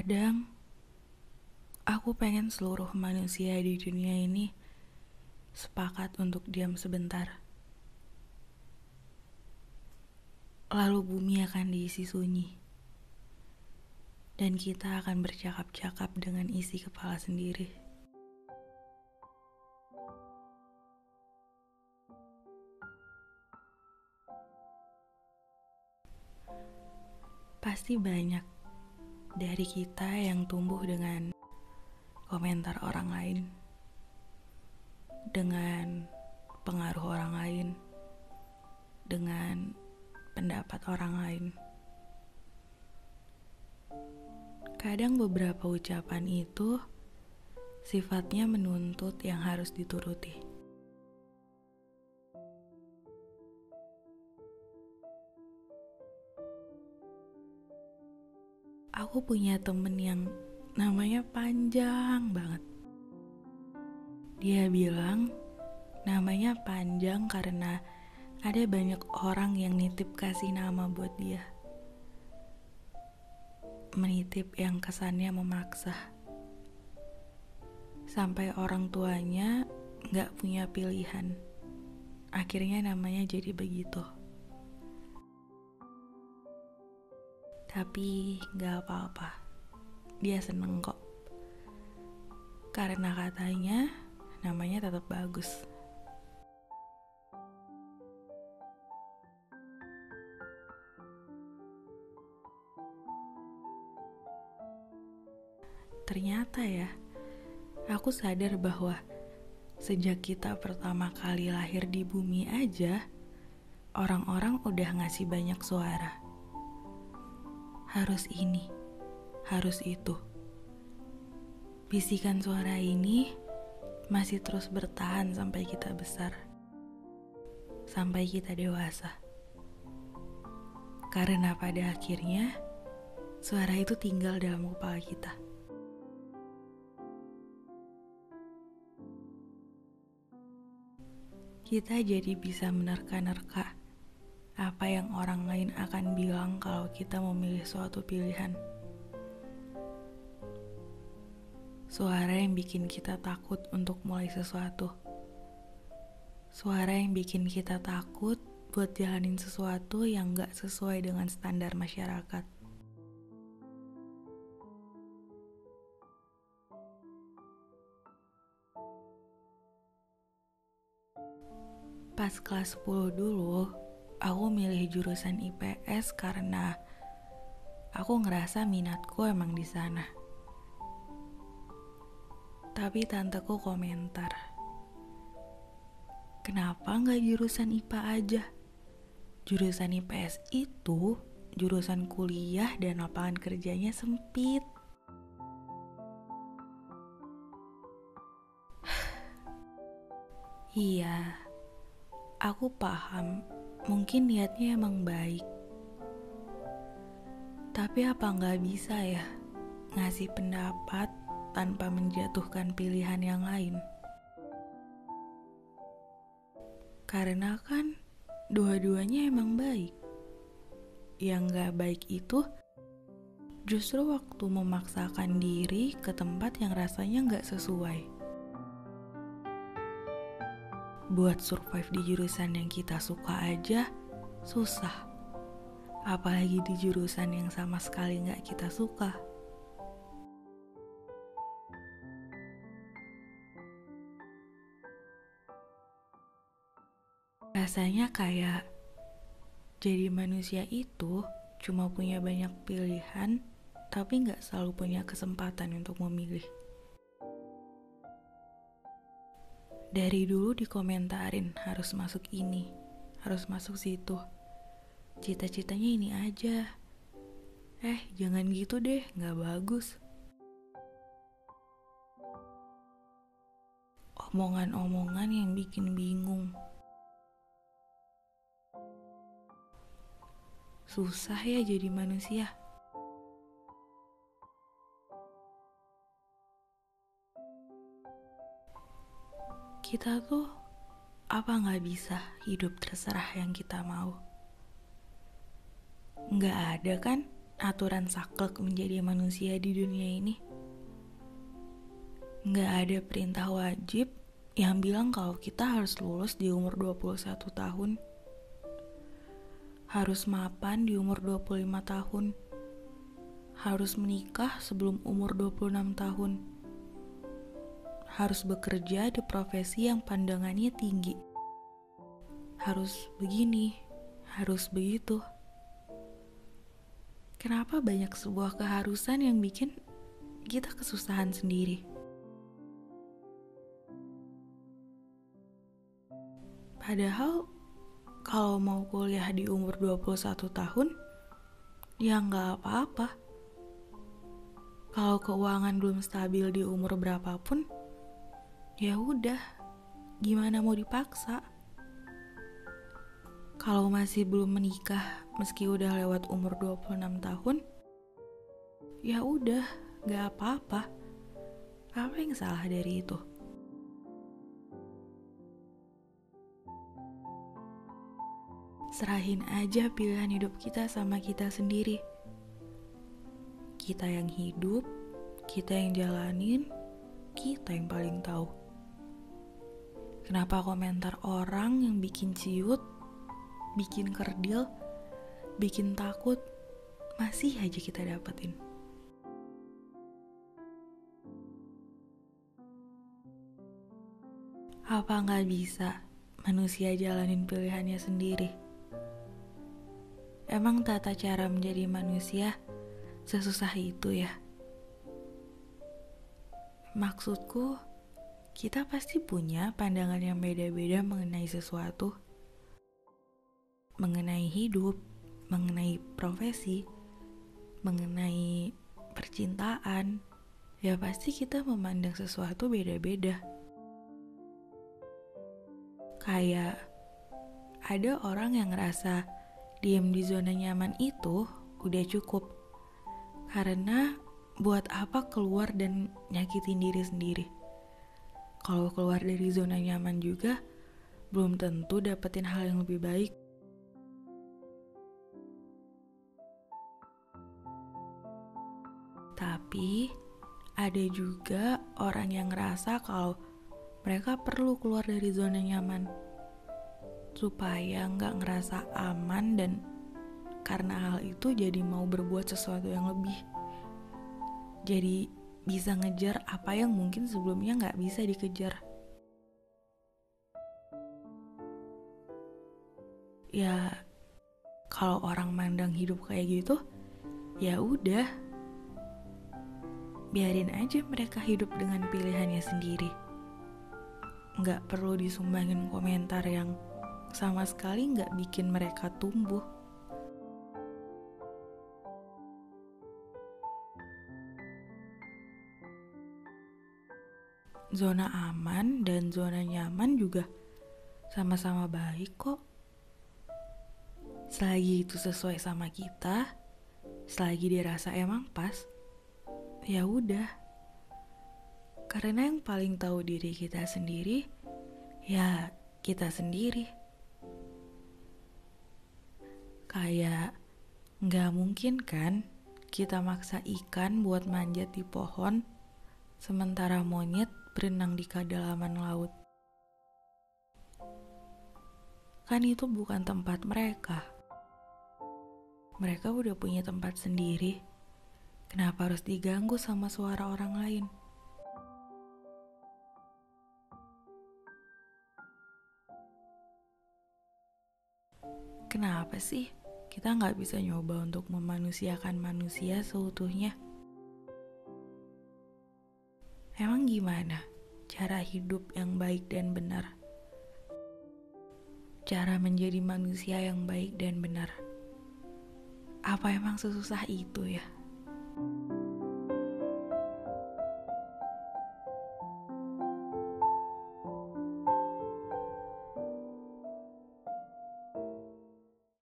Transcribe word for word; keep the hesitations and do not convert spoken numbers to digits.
Kadang, aku pengen seluruh manusia di dunia ini sepakat untuk diam sebentar. Lalu bumi akan diisi sunyi. Dan kita akan bercakap-cakap dengan isi kepala sendiri. Pasti banyak dari kita yang tumbuh dengan komentar orang lain, dengan pengaruh orang lain, dengan pendapat orang lain. Kadang beberapa ucapan itu sifatnya menuntut yang harus dituruti. Aku punya temen yang namanya panjang banget. Dia bilang namanya panjang karena ada banyak orang yang nitip kasih nama buat dia. Menitip yang kesannya memaksa. Sampai orang tuanya gak punya pilihan. Akhirnya namanya jadi begitu. Tapi gak apa-apa. Dia seneng kok. Karena katanya namanya tetap bagus. Ternyata ya, aku sadar bahwa sejak kita pertama kali lahir di bumi aja, orang-orang udah ngasih banyak suara. Harus ini, harus itu. Bisikan suara ini masih terus bertahan sampai kita besar, sampai kita dewasa. Karena pada akhirnya, suara itu tinggal dalam kepala kita. Kita jadi bisa menerka-nerka apa yang orang lain akan bilang kalau kita memilih suatu pilihan. Suara yang bikin kita takut untuk mulai sesuatu. Suara yang bikin kita takut buat jalanin sesuatu yang gak sesuai dengan standar masyarakat. Pas kelas sepuluh dulu, aku milih jurusan I P S karena aku ngerasa minatku emang di sana. Tapi tanteku komentar, kenapa nggak jurusan I P A aja? Jurusan I P S itu jurusan kuliah dan lapangan kerjanya sempit. Iya, aku paham, mungkin niatnya emang baik. Tapi apa nggak bisa ya ngasih pendapat tanpa menjatuhkan pilihan yang lain? Karena kan dua-duanya emang baik. Yang nggak baik itu justru waktu memaksakan diri ke tempat yang rasanya nggak sesuai. Buat survive di jurusan yang kita suka aja susah. Apalagi di jurusan yang sama sekali gak kita suka. Rasanya kayak jadi manusia itu cuma punya banyak pilihan, tapi gak selalu punya kesempatan untuk memilih. Dari dulu dikomentarin harus masuk ini, harus masuk situ. Cita-citanya ini aja. Eh, jangan gitu deh, gak bagus. Omongan-omongan yang bikin bingung. Susah ya jadi manusia. Kita tuh apa gak bisa hidup terserah yang kita mau? Gak ada kan aturan saklek menjadi manusia di dunia ini. Nggak ada perintah wajib yang bilang kalau kita harus lulus di umur dua puluh satu tahun. Harus mapan di umur dua puluh lima tahun. Harus menikah sebelum umur dua puluh enam tahun. Harus bekerja di profesi yang pandangannya tinggi. Harus begini, harus begitu. Kenapa banyak sebuah keharusan yang bikin kita kesusahan sendiri? Padahal kalau mau kuliah di umur dua puluh satu tahun, ya nggak apa-apa. Kalau keuangan belum stabil di umur berapapun, ya udah, gimana mau dipaksa? Kalau masih belum menikah meski udah lewat umur dua puluh enam tahun, ya udah, nggak apa-apa. Apa yang salah dari itu? Serahin aja pilihan hidup kita sama kita sendiri. Kita yang hidup, kita yang jalanin, kita yang paling tahu. Kenapa komentar orang yang bikin ciut, bikin kerdil, bikin takut, masih aja kita dapetin? Apa nggak bisa manusia jalanin pilihannya sendiri? Emang tata cara menjadi manusia sesusah itu ya? Maksudku, kita pasti punya pandangan yang beda-beda mengenai sesuatu. Mengenai hidup, mengenai profesi, mengenai percintaan. Ya pasti kita memandang sesuatu beda-beda. Kayak ada orang yang ngerasa diam di zona nyaman itu udah cukup. Karena buat apa keluar dan nyakitin diri sendiri? Kalau keluar dari zona nyaman juga belum tentu dapetin hal yang lebih baik. Tapi ada juga orang yang ngerasa kalau mereka perlu keluar dari zona nyaman supaya nggak ngerasa aman, dan karena hal itu jadi mau berbuat sesuatu yang lebih. Jadi bisa ngejar apa yang mungkin sebelumnya nggak bisa dikejar. Ya, kalau orang mandang hidup kayak gitu, ya udah, biarin aja mereka hidup dengan pilihannya sendiri. Nggak perlu disumbangin komentar yang sama sekali nggak bikin mereka tumbuh. Zona aman dan zona nyaman juga sama-sama baik kok. Selagi itu sesuai sama kita, selagi dirasa emang pas, ya udah. Karena yang paling tahu diri kita sendiri, ya kita sendiri. Kayak gak mungkin kan kita maksa ikan buat manjat di pohon, sementara monyet berenang di kedalaman laut. Kan itu bukan tempat mereka. Mereka udah punya tempat sendiri. Kenapa harus diganggu sama suara orang lain? Kenapa sih kita nggak bisa nyoba untuk memanusiakan manusia seutuhnya? Emang gimana cara hidup yang baik dan benar? Cara menjadi manusia yang baik dan benar? Apa emang sesusah itu ya?